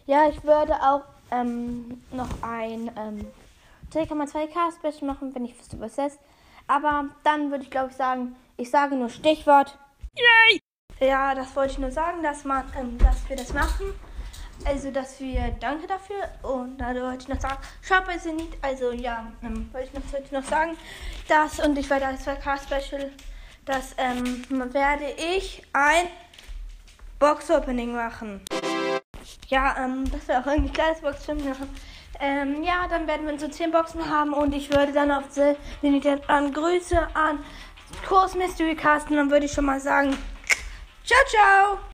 Ja, ich würde auch noch ein 2K Special machen, wenn ich wüsste, was das ist. Aber dann würde ich, glaube ich, sagen, ich sage nur Stichwort. Yay! Ja, das wollte ich nur sagen, dass wir das machen. Also, dass wir danke dafür. Und da wollte ich noch sagen, schaut bei Zenit. Also, ja, wollte ich noch sagen, das und ich werde als 2K Special, das werde ich ein Box-Opening machen. Ja, das wäre auch irgendwie kleines Box-Opening machen. Ja, dann werden wir so 10 Boxen haben und ich würde dann auf Zenit an Grüße an Kurs Mystery Cast und dann würde ich schon mal sagen, ciao, ciao!